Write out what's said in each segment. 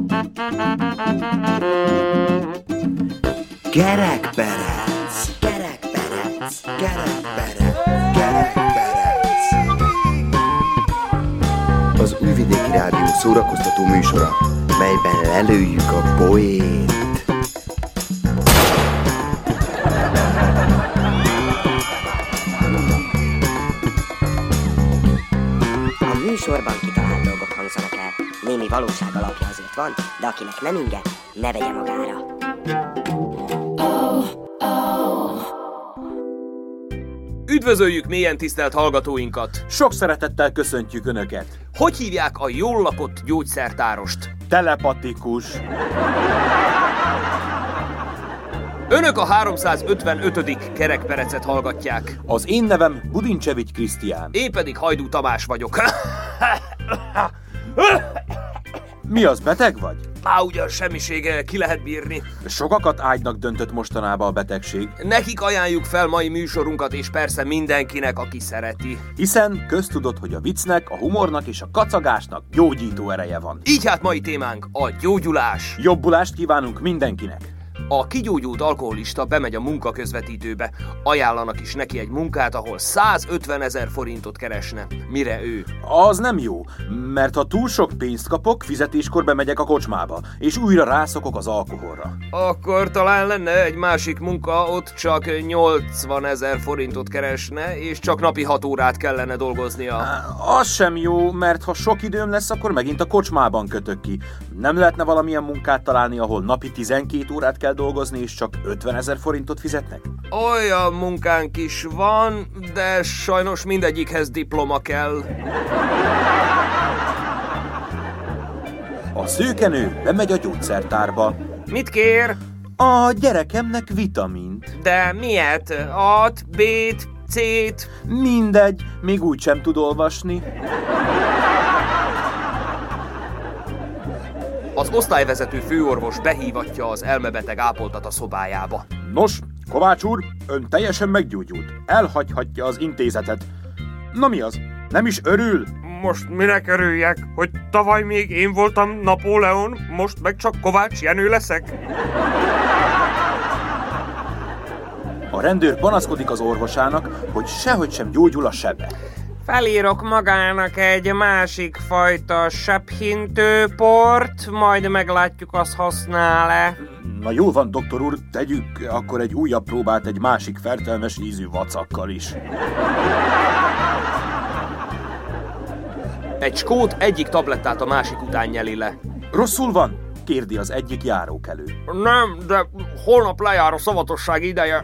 Kerekperec, kerekperec, kerekperec, kerekperec. Az Újvidéki Rádió szórakoztató műsora, melyben lelőjük a poént. A műsorban kitalált dolgok hangzanak el. Némi valóság alapja azért van, de akinek nem inge, ne vegye magára. Üdvözöljük mélyen tisztelt hallgatóinkat! Sok szeretettel köszöntjük Önöket! Hogy hívják a jól lakott gyógyszertárost? Telepatikus. Önök a 355. kerekperecet hallgatják. Az én nevem Budincsevics Krisztián. Én pedig Hajdú Tamás vagyok. Mi az, beteg vagy? Ugyan semmisége, ki lehet bírni. Sokakat ágynak döntött mostanában a betegség. Nekik ajánljuk fel mai műsorunkat, és persze mindenkinek, aki szereti. Hiszen köztudott, hogy a viccnek, a humornak és a kacagásnak gyógyító ereje van. Így hát mai témánk a gyógyulás. Jobbulást kívánunk mindenkinek! A kigyógyult alkoholista bemegy a munkaközvetítőbe. Ajánlanak is neki egy munkát, ahol 150 000 forintot keresne. Mire ő? Az nem jó, mert ha túl sok pénzt kapok, fizetéskor bemegyek a kocsmába, és újra rászokok az alkoholra. Akkor talán lenne egy másik munka, ott csak 80 000 forintot keresne, és csak napi 6 órát kellene dolgoznia. Az sem jó, mert ha sok időm lesz, akkor megint a kocsmában kötök ki. Nem lehetne valamilyen munkát találni, ahol napi 12 órát kell dolgozni, és csak 50 000 forintot fizetnek? Olyan munkánk is van, de sajnos mindegyikhez diploma kell. A szőkenő bemegy a gyógyszertárba. Mit kér? A gyerekemnek vitamint. De miért? A-t, B-t, C-t? Mindegy, még úgy sem tud olvasni. Az osztályvezető főorvos behívatja az elmebeteg ápoltat a szobájába. Nos, Kovács úr, ön teljesen meggyógyult. Elhagyhatja az intézetet. Na mi az? Nem is örül? Most minek örüljek, hogy tavaly még én voltam Napóleon, most meg csak Kovács Jenő leszek? A rendőr panaszkodik az orvosának, hogy sehogy sem gyógyul a sebe. Felírok magának egy másik fajta sebhintőport, majd meglátjuk, azt használ-e. Na jól van, doktor úr, tegyük akkor egy újabb próbát egy másik fertelmes ízű vacakkal is. Egy skót egyik tablettát a másik után nyeli le. Rosszul van? Kérdi az egyik járókelő. Nem, de holnap lejár a szavatosság ideje.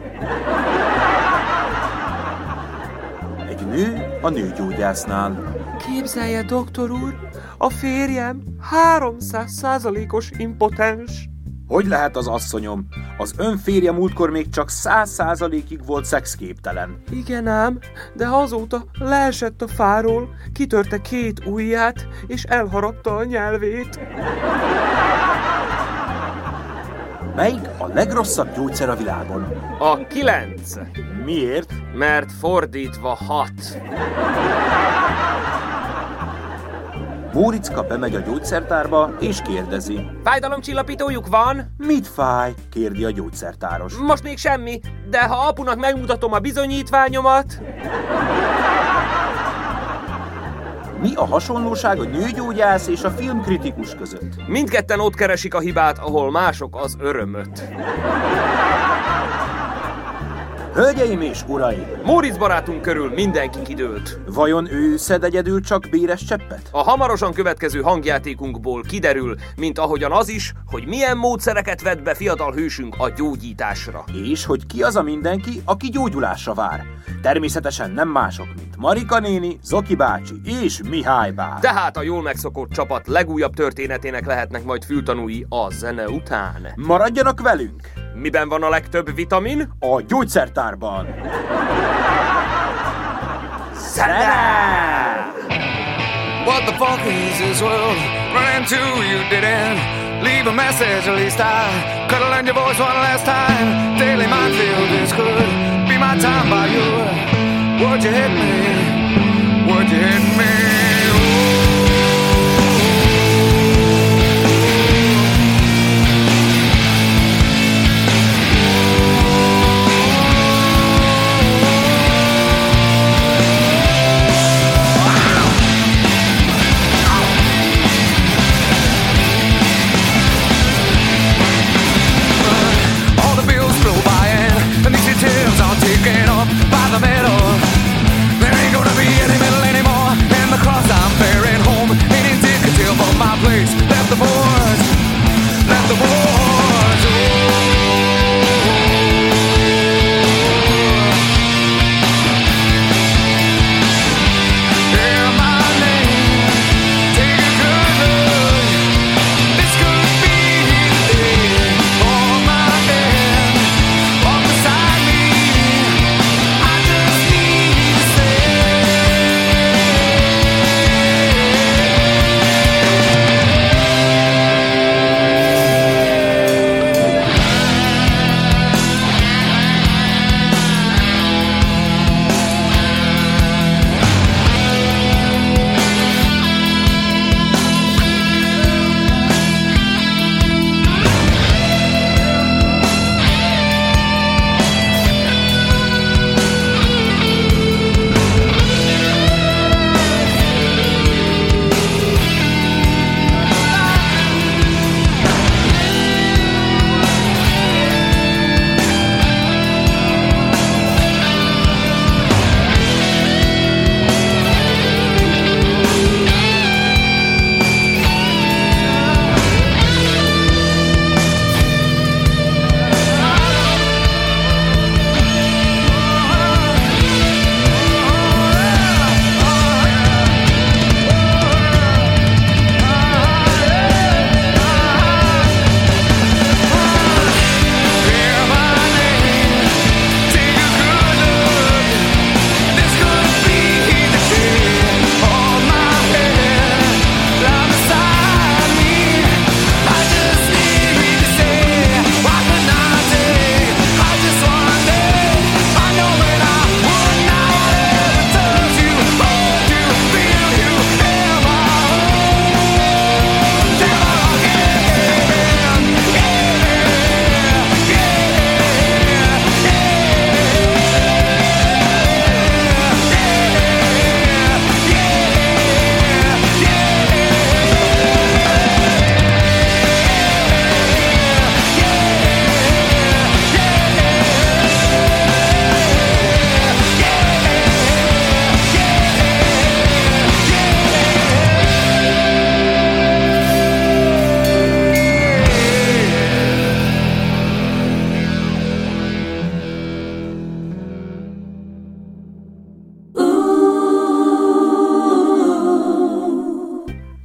Egy nő a nőgyógyásznál. Képzelje, doktor úr, a férjem 300%-os impotens. Hogy lehet az asszonyom? Az ön férje múltkor még csak 100%-ig volt szexképtelen. Igen ám, de azóta leesett a fáról, kitörte 2 ujját, és elharapta a nyelvét. Melyik a legrosszabb gyógyszer a világon? A 9. Miért? Mert fordítva 6. Móriczka bemegy a gyógyszertárba és kérdezi. Fájdalomcsillapítójuk van? Mit fáj? Kérdi a gyógyszertáros. Most még semmi, de ha apunak megmutatom a bizonyítványomat... Mi a hasonlóság a nőgyógyász és a filmkritikus között? Mindketten ott keresik a hibát, ahol mások az örömöt. Hölgyeim és uraim! Móricz barátunk körül mindenki kidőlt. Vajon ő szed egyedül csak béres cseppet? A hamarosan következő hangjátékunkból kiderül, mint ahogyan az is, hogy milyen módszereket vett be fiatal hősünk a gyógyításra. És hogy ki az a mindenki, aki gyógyulásra vár. Természetesen nem mások, mint Marika néni, Zoki bácsi és Mihály bá. Tehát a jól megszokott csapat legújabb történetének lehetnek majd fültanúi a zene után. Maradjanak velünk! Miben van a legtöbb vitamin? A gyógyszertárban! Zene! What the fuck is this world? Run into you didn't leave a message, at least I could have learned your voice one last time. Daily minefield is good, be my time by you. Would you hit me? Would you hit me? Ooh.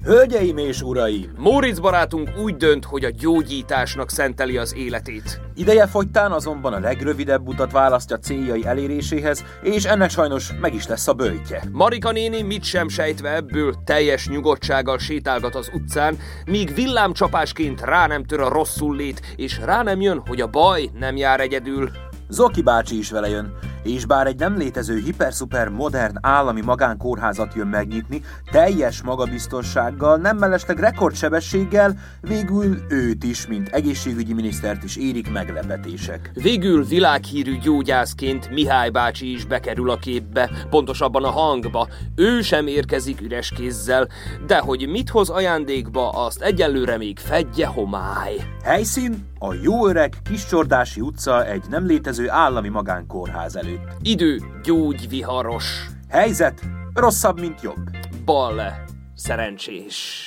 Hölgyeim és uraim! Móricz barátunk úgy dönt, hogy a gyógyításnak szenteli az életét. Idejefogytán azonban a legrövidebb utat választja céljai eléréséhez, és ennek sajnos meg is lesz a böjtje. Marika néni mit sem sejtve ebből teljes nyugodtsággal sétálgat az utcán, míg villámcsapásként rá nem tör a rosszul lét, és rá nem jön, hogy a baj nem jár egyedül. Zoki bácsi is vele jön, és bár egy nem létező hiper-szuper modern állami magánkórházat jön megnyitni, teljes magabiztossággal, nem mellesleg rekordsebességgel, végül őt is, mint egészségügyi minisztert is érik meglepetések. Végül világhírű gyógyászként Mihály bácsi is bekerül a képbe, pontosabban a hangba. Ő sem érkezik üres kézzel, de hogy mit hoz ajándékba, azt egyelőre még fedje homály. Helyszín a jó öreg Kiscsordási utca egy nem létező állami magánkórház előtt. Idő gyógyviharos. Helyzet rosszabb, mint jobb. Bal szerencsés.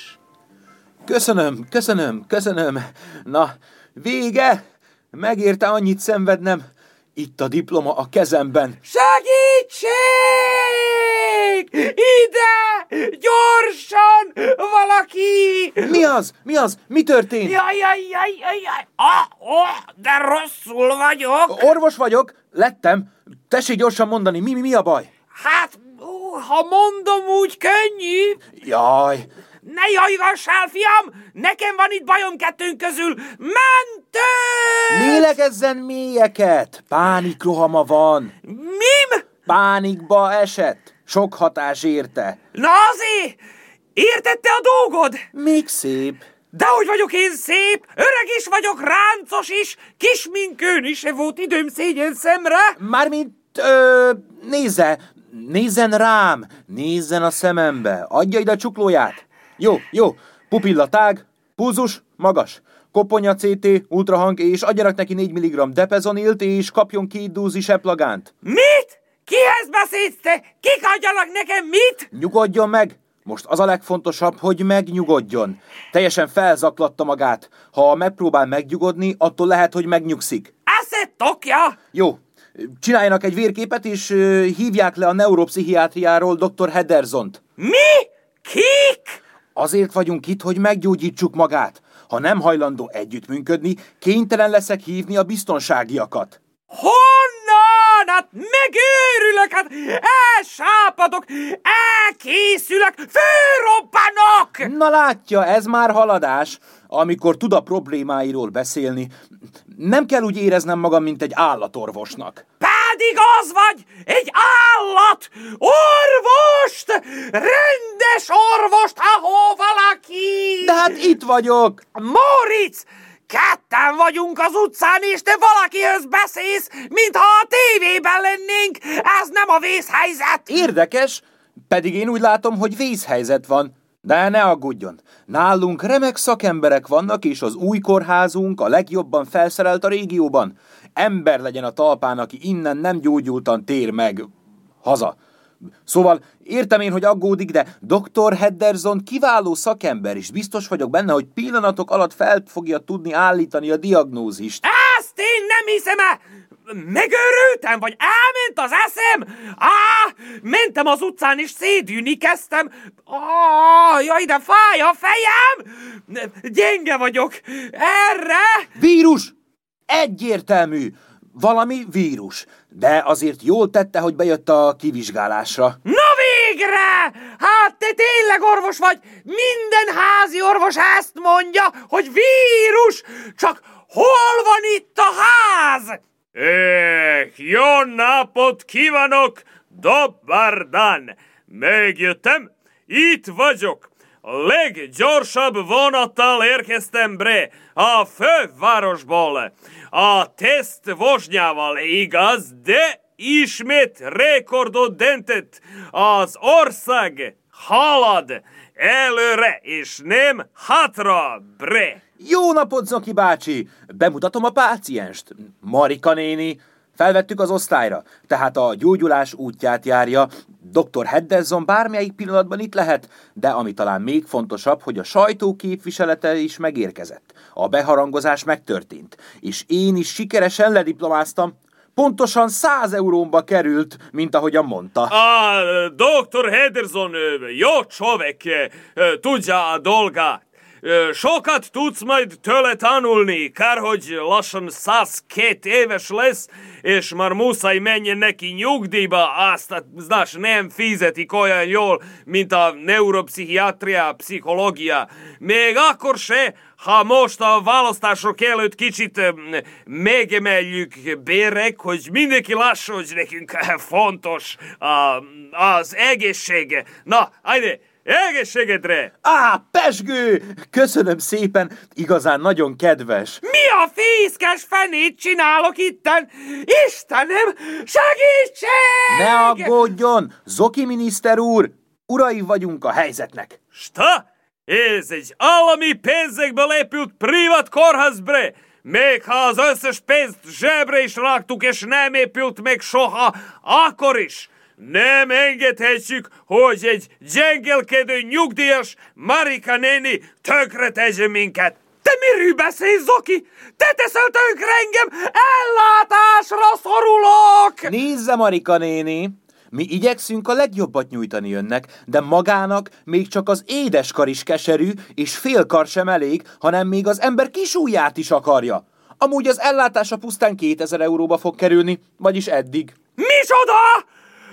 Köszönöm. Na, vége! Megérte annyit szenvednem. Itt a diploma a kezemben. Segítség! Ide! Gyorsan! Valaki! Mi az? Mi történt? Jaj! De rosszul vagyok! Orvos vagyok, lettem. Tessék gyorsan mondani, mi a baj? Hát, ha mondom, úgy könnyű. Jaj. Ne jajgassál, fiam! Nekem van itt bajom kettőnk közül. Mentő! Lélegezzen mélyeket. Pánikrohama van. Mim? Pánikba esett. Sok hatás érte. Na azért! Értette a dolgod? Még szép. Dehogy vagyok én szép, öreg is vagyok, ráncos is, kisminkőn is volt időm szégyen szemre. Mármint, nézzen rám, nézzen a szemembe, adja ide a csuklóját. Jó, pupilla tág, pulzus magas, koponya CT, ultrahang, és adjanak neki 4 mg depezonilt, és kapjon 2 dózis eplagánt. Mit? Kihez beszélsz te? Kik adjanak nekem mit? Nyugodjon meg! Most az a legfontosabb, hogy megnyugodjon. Teljesen felzaklatta magát. Ha megpróbál megnyugodni, attól lehet, hogy megnyugszik. Eszed tokja! Jó, csináljanak egy vérképet, és hívják le a neuropszichiátriáról dr. Heddersont. Mi? Kik? Azért vagyunk itt, hogy meggyógyítsuk magát. Ha nem hajlandó együttműködni, kénytelen leszek hívni a biztonságiakat. Honnan? Hát megőrülök, hát elsápadok, elkészülök, fölrobbanok! Na látja, ez már haladás, amikor tud a problémáiról beszélni. Nem kell úgy éreznem magam, mint egy állatorvosnak. Pedig az vagy, egy állat! Orvost! Rendes orvost, ahol valaki! De hát itt vagyok! Móricz! Ketten vagyunk az utcán, és te valakihöz beszélsz, mintha a tévében lennénk. Ez nem a vészhelyzet. Érdekes, pedig én úgy látom, hogy vészhelyzet van. De ne aggódjon. Nálunk remek szakemberek vannak, és az új kórházunk a legjobban felszerelt a régióban. Ember legyen a talpán, aki innen nem gyógyultan tér meg haza. Szóval értem én, hogy aggódik, de dr. Hedderson kiváló szakember, és biztos vagyok benne, hogy pillanatok alatt fel fogja tudni állítani a diagnózist. Ezt én nem hiszem el! Megőrültem, vagy elment az eszem? Mentem az utcán, és szédülni kezdtem. Jaj, de fáj a fejem! Gyenge vagyok. Erre? Vírus! Egyértelmű! Valami vírus. De azért jól tette, hogy bejött a kivizsgálásra. Na végre! Hát te tényleg orvos vagy! Minden házi orvos ezt mondja, hogy vírus! Csak hol van itt a ház? Jó napot kívánok! Dobar dan! Megjöttem, itt vagyok. A leggyorsabb vonattal érkeztem bre a fővárosból. A teszt vosnyával, igaz, de ismét rekordot döntött. Az ország halad előre, és nem hátra, bre. Jó napot, Zoki bácsi! Bemutatom a pácienst. Marika néni. Felvettük az osztályra, tehát a gyógyulás útját járja. Dr. Hedderson bármelyik pillanatban itt lehet, de ami talán még fontosabb, hogy a sajtó képviselete is megérkezett. A beharangozás megtörtént, és én is sikeresen lediplomáztam. Pontosan 100 euróba került, mint ahogyan mondta. Doktor Henderson jó csovek, tudja a dolgát. Sokat tudsz majd tőle tanulni, kárhogy lassan 102 éves lesz, és már muszáj menjen neki nyugdíjba, azt, nem fizetik olyan jól, mint a neuropszichiátria, pszichológia. Még akkor se, ha most a választások előtt kicsit megemeljük bérek, hogy mindenki lássa, hogy nekünk fontos az egészsége. Na, ajde! Egészségedre! Pezsgő! Köszönöm szépen, igazán nagyon kedves. Mi a fészkes fenét csinálok itten? Istenem, segítség! Ne aggódjon, Zoki miniszter úr! Urai vagyunk a helyzetnek. Sta? Ez egy állami pénzekből épült privát kórház, bre! Még ha az összes pénzt zsebre is raktuk, és nem épült meg soha, akkor is! Nem engedhetjük, hogy egy gyengelkedő nyugdíjas Marika néni tönkre tegye minket. Te miről beszélsz, Zoki? Te teszel tönkre engem, ellátásra szorulok! Nézze, Marika néni, mi igyekszünk a legjobbat nyújtani önnek, de magának még csak az édeskar is keserű, és félkar sem elég, hanem még az ember kisujját is akarja. Amúgy az ellátása pusztán 2000 euróba fog kerülni, vagyis eddig. Micsoda?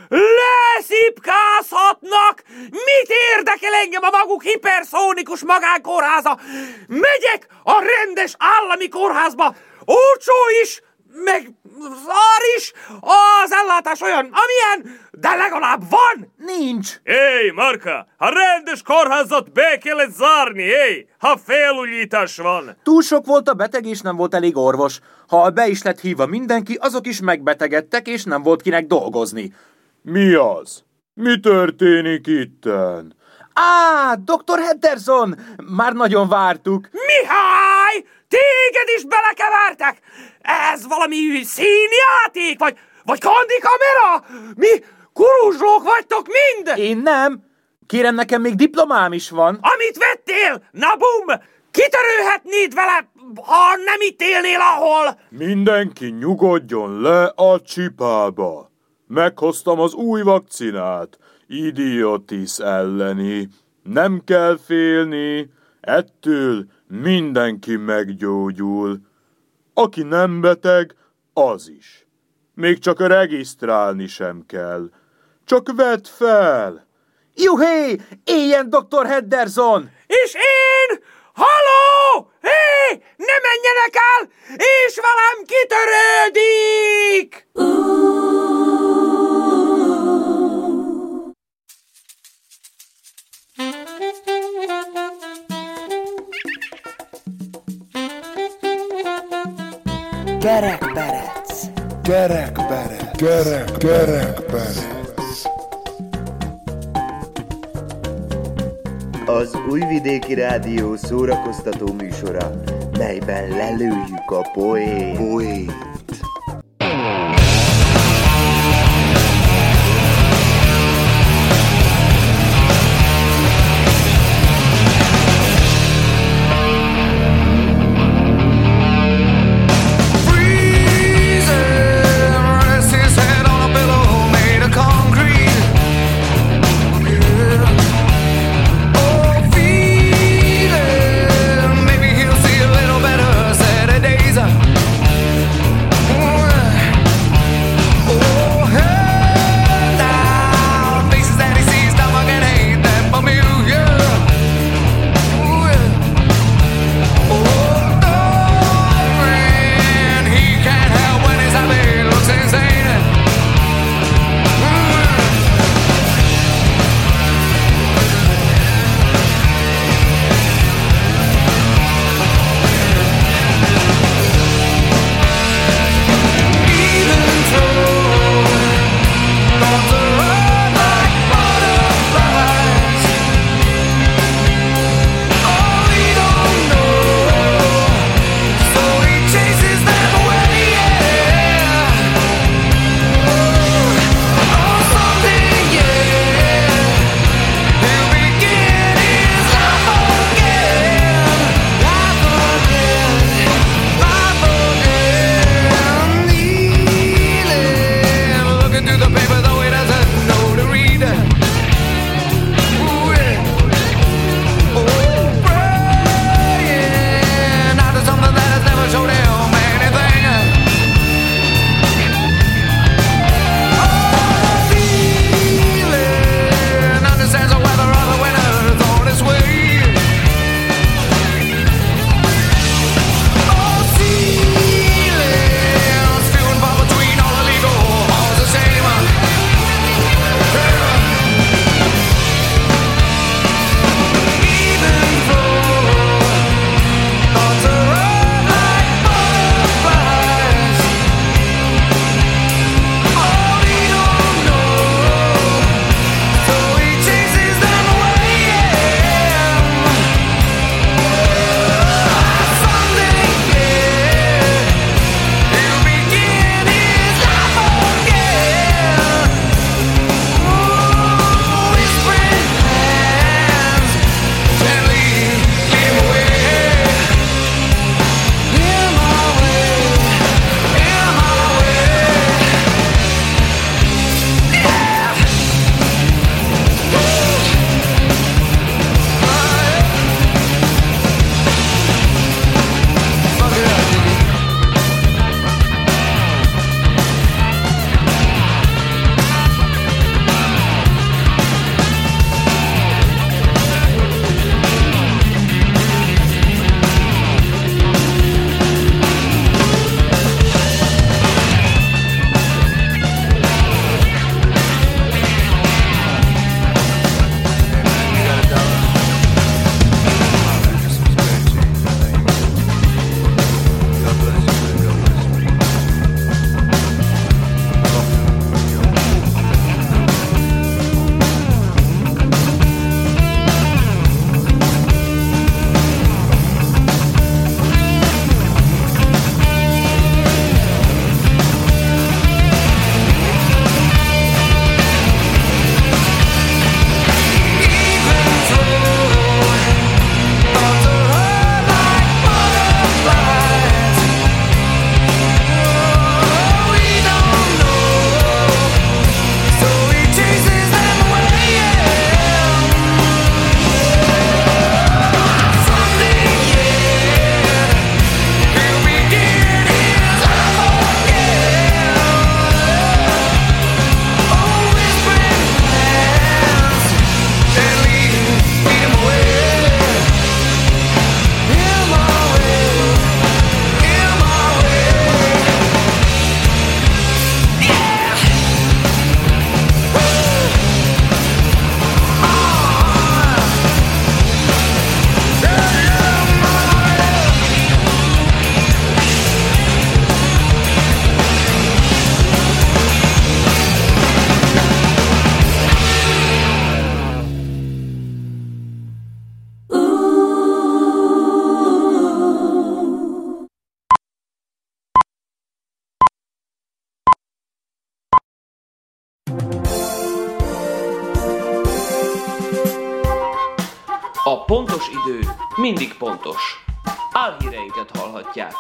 Leszipkázhatnak! Mit érdekel engem a maguk hiperszónikus magánkórháza? Megyek a rendes állami kórházba! Olcsó is, meg szar is, az ellátás olyan, amilyen, de legalább van! Nincs! Éj, Marka, a rendes kórházat be kellett zárni, ha felújítás van. Túl sok volt a beteg, és nem volt elég orvos. Ha be is lett hívva mindenki, azok is megbetegedtek, és nem volt kinek dolgozni. Mi az? Mi történik itten? Dr. Henderson! Már nagyon vártuk. Mihály! Téged is belekevertek! Ez valami színjáték, vagy kandikamera? Mi kuruzslók vagytok mind? Én nem. Kérem, nekem még diplomám is van. Amit vettél? Na bum! Kitörőhetnéd vele, ha nem itt élnél ahol! Mindenki nyugodjon le a csipába. Meghoztam az új vakcinát, idiotis elleni. Nem kell félni, ettől mindenki meggyógyul. Aki nem beteg, az is. Még csak regisztrálni sem kell. Csak vedd fel! Juhé! Éljen Dr. Henderson! És én? Halló! Hé! Ne menjenek el! És velem kitörődik! Kerekperec. Kerekperec. Az Újvidéki Rádió szórakoztató műsora, melyben lelőjük a poént. pontos idő mindig pontos. Álhíreinket hallhatják.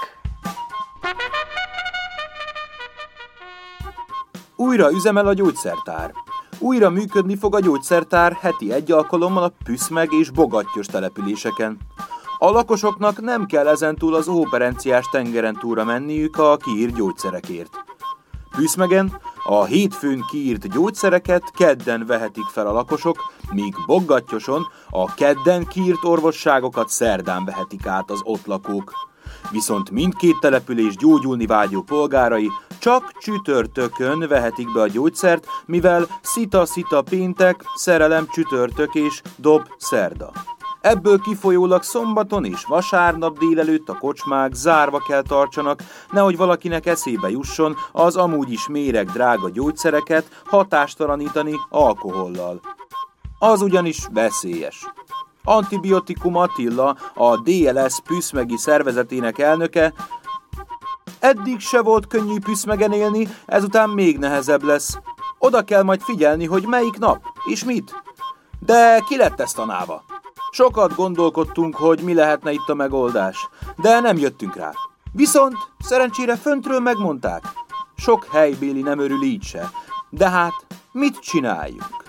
Újra üzemel a gyógyszertár. Újra működni fog a gyógyszertár heti egy alkalommal a Püszmeg és Bogattyos településeken. A lakosoknak nem kell ezentúl az Óperenciás tengeren túlra menniük a kiírt gyógyszerekért. Püszmegen a hétfőn kiírt gyógyszereket kedden vehetik fel a lakosok, míg Bogattyoson a kedden kiírt orvosságokat szerdán vehetik át az ott lakók. Viszont mindkét település gyógyulni vágyó polgárai csak csütörtökön vehetik be a gyógyszert, mivel szita-szita péntek, szerelem csütörtök és dob szerda. Ebből kifolyólag szombaton és vasárnap délelőtt a kocsmák zárva kell tartsanak, nehogy valakinek eszébe jusson az amúgy is méreg drága gyógyszereket hatástalanítani alkohollal. Az ugyanis veszélyes. Antibiotikum Attila, a DLS Püszmegi szervezetének elnöke: eddig se volt könnyű Püszmegen élni, ezután még nehezebb lesz. Oda kell majd figyelni, hogy melyik nap, és mit. De ki lett ezt tanálva? Sokat gondolkodtunk, hogy mi lehetne itt a megoldás, de nem jöttünk rá. Viszont szerencsére föntről megmondták. Sok helybéli nem örül így se. De hát, mit csináljunk?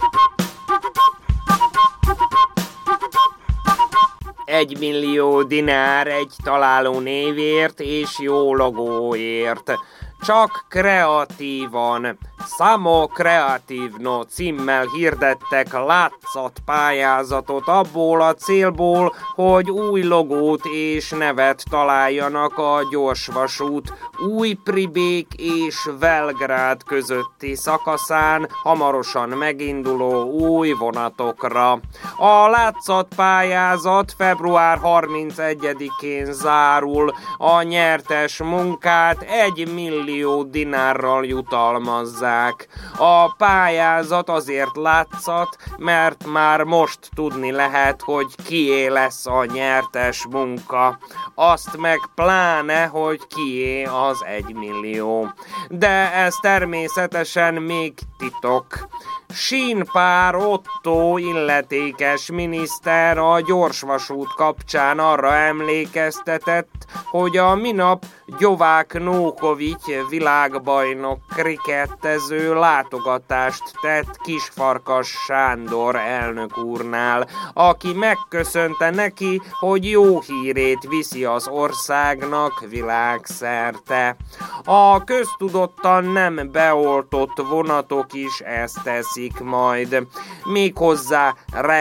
1 millió dinár egy találó névért és jó logóért. Csak kreatívan. Samo Creativno címmel hirdettek látszatpályázatot abból a célból, hogy új logót és nevet találjanak a gyorsvasút Újpribék és Velgrád közötti szakaszán hamarosan meginduló új vonatokra. A látszatpályázat február 31-én zárul, a nyertes munkát 1 millió dinárral jutalmazzák. A pályázat azért látszat, mert már most tudni lehet, hogy kié lesz a nyertes munka. Azt meg pláne, hogy kié az 1 millió. De ez természetesen még titok. Sínpár Otto illetékes miniszter a gyorsvasút kapcsán arra emlékeztetett, hogy a minap Gyovák Nókovics világbajnok krikettező látogatást tett Kisfarkas Sándor elnök úrnál, aki megköszönte neki, hogy jó hírét viszi az országnak világszerte. A köztudottan nem beoltott vonatok is ezt teszik majd, méghozzá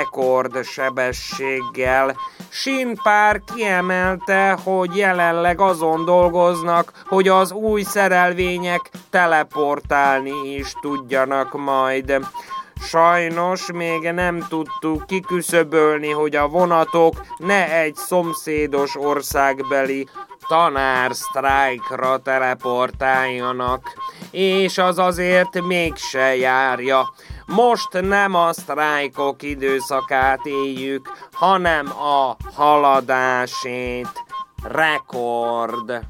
rekordsebességgel. Sínpár kiemelte, hogy jelenleg azon dolgoznak, hogy az új szerelvények teleportálni is tudjanak majd. Sajnos még nem tudtuk kiküszöbölni, hogy a vonatok ne egy szomszédos országbeli tanársztrájkra teleportáljanak, és az azért mégse járja. Most nem a sztrájkok időszakát éljük, hanem a haladásét. Rekord!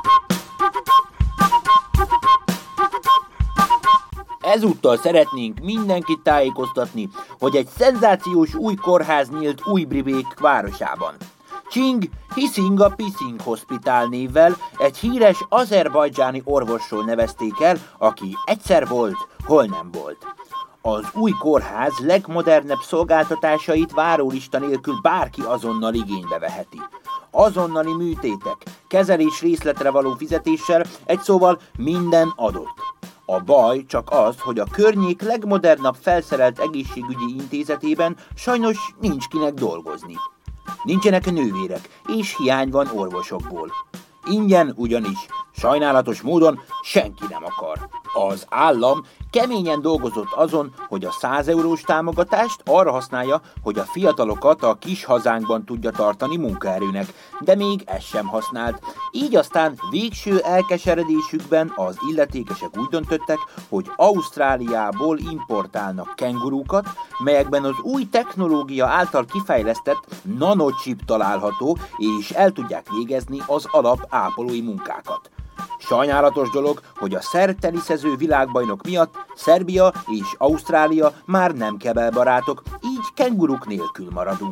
Ezúttal szeretnénk mindenkit tájékoztatni, hogy egy szenzációs új kórház nyílt Újbribék városában. Csing Hisinga Pising Hospital névvel egy híres azerbajdzsáni orvosról nevezték el, aki egyszer volt, hol nem volt. Az új kórház legmodernebb szolgáltatásait várólista nélkül bárki azonnal igénybe veheti. Azonnali műtétek, kezelés részletre való fizetéssel, egy szóval minden adott. A baj csak az, hogy a környék legmodernabb felszerelt egészségügyi intézetében sajnos nincs kinek dolgozni. Nincsenek nővérek, és hiány van orvosokból. Ingyen ugyanis, sajnálatos módon senki nem akar. Az állam keményen dolgozott azon, hogy a 100 eurós támogatást arra használja, hogy a fiatalokat a kis hazánkban tudja tartani munkaerőnek, de még ezt sem használt. Így aztán végső elkeseredésükben az illetékesek úgy döntöttek, hogy Ausztráliából importálnak kengurúkat, melyekben az új technológia által kifejlesztett nanochip található, és el tudják végezni az alap ápolói munkákat. Sajnálatos dolog, hogy a szerteniszező világbajnok miatt Szerbia és Ausztrália már nem kebelbarátok, így kenguruk nélkül maradunk.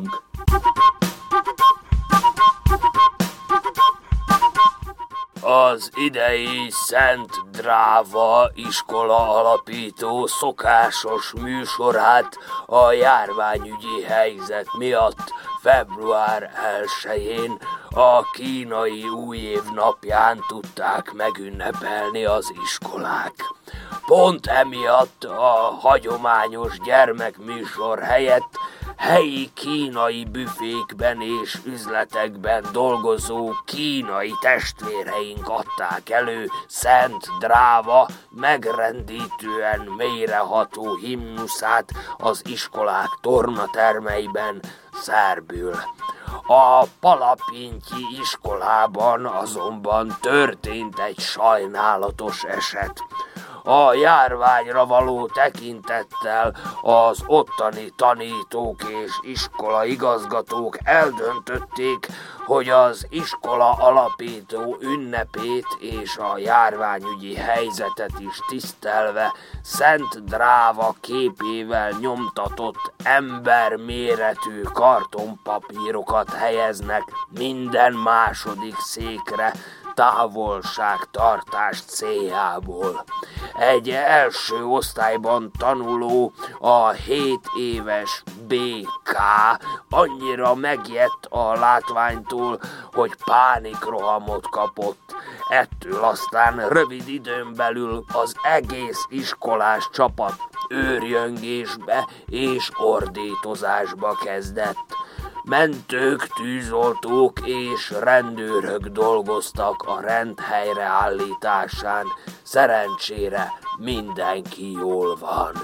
Az idei Szent Dráva iskola alapító szokásos műsorát a járványügyi helyzet miatt február 1-én a kínai új év napján tudták megünnepelni az iskolák. Pont emiatt a hagyományos gyermekműsor helyett helyi kínai büfékben és üzletekben dolgozó kínai testvéreink adták elő Szent Dráva megrendítően mélyreható himnuszát az iskolák tornatermeiben szerbül. A Palapintyi iskolában azonban történt egy sajnálatos eset. A járványra való tekintettel az ottani tanítók és iskola igazgatók eldöntötték, hogy az iskola alapító ünnepét és a járványügyi helyzetet is tisztelve Szent Dráva képével nyomtatott emberméretű kartonpapírokat helyeznek minden második székre, távolságtartás céljából. Egy első osztályban tanuló, a 7 éves BK annyira megijedt a látványtól, hogy pánikrohamot kapott. Ettől aztán rövid időn belül az egész iskolás csapat őrjöngésbe és ordítozásba kezdett. Mentők, tűzoltók és rendőrök dolgoztak a rend helyreállításán. Szerencsére mindenki jól van.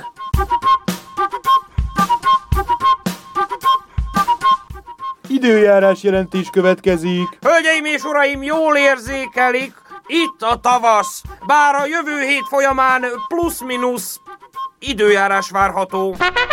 Időjárás jelentés következik. Hölgyeim és uraim, jól érzékelik, itt a tavasz, bár a jövő hét folyamán plusz-minusz időjárás várható.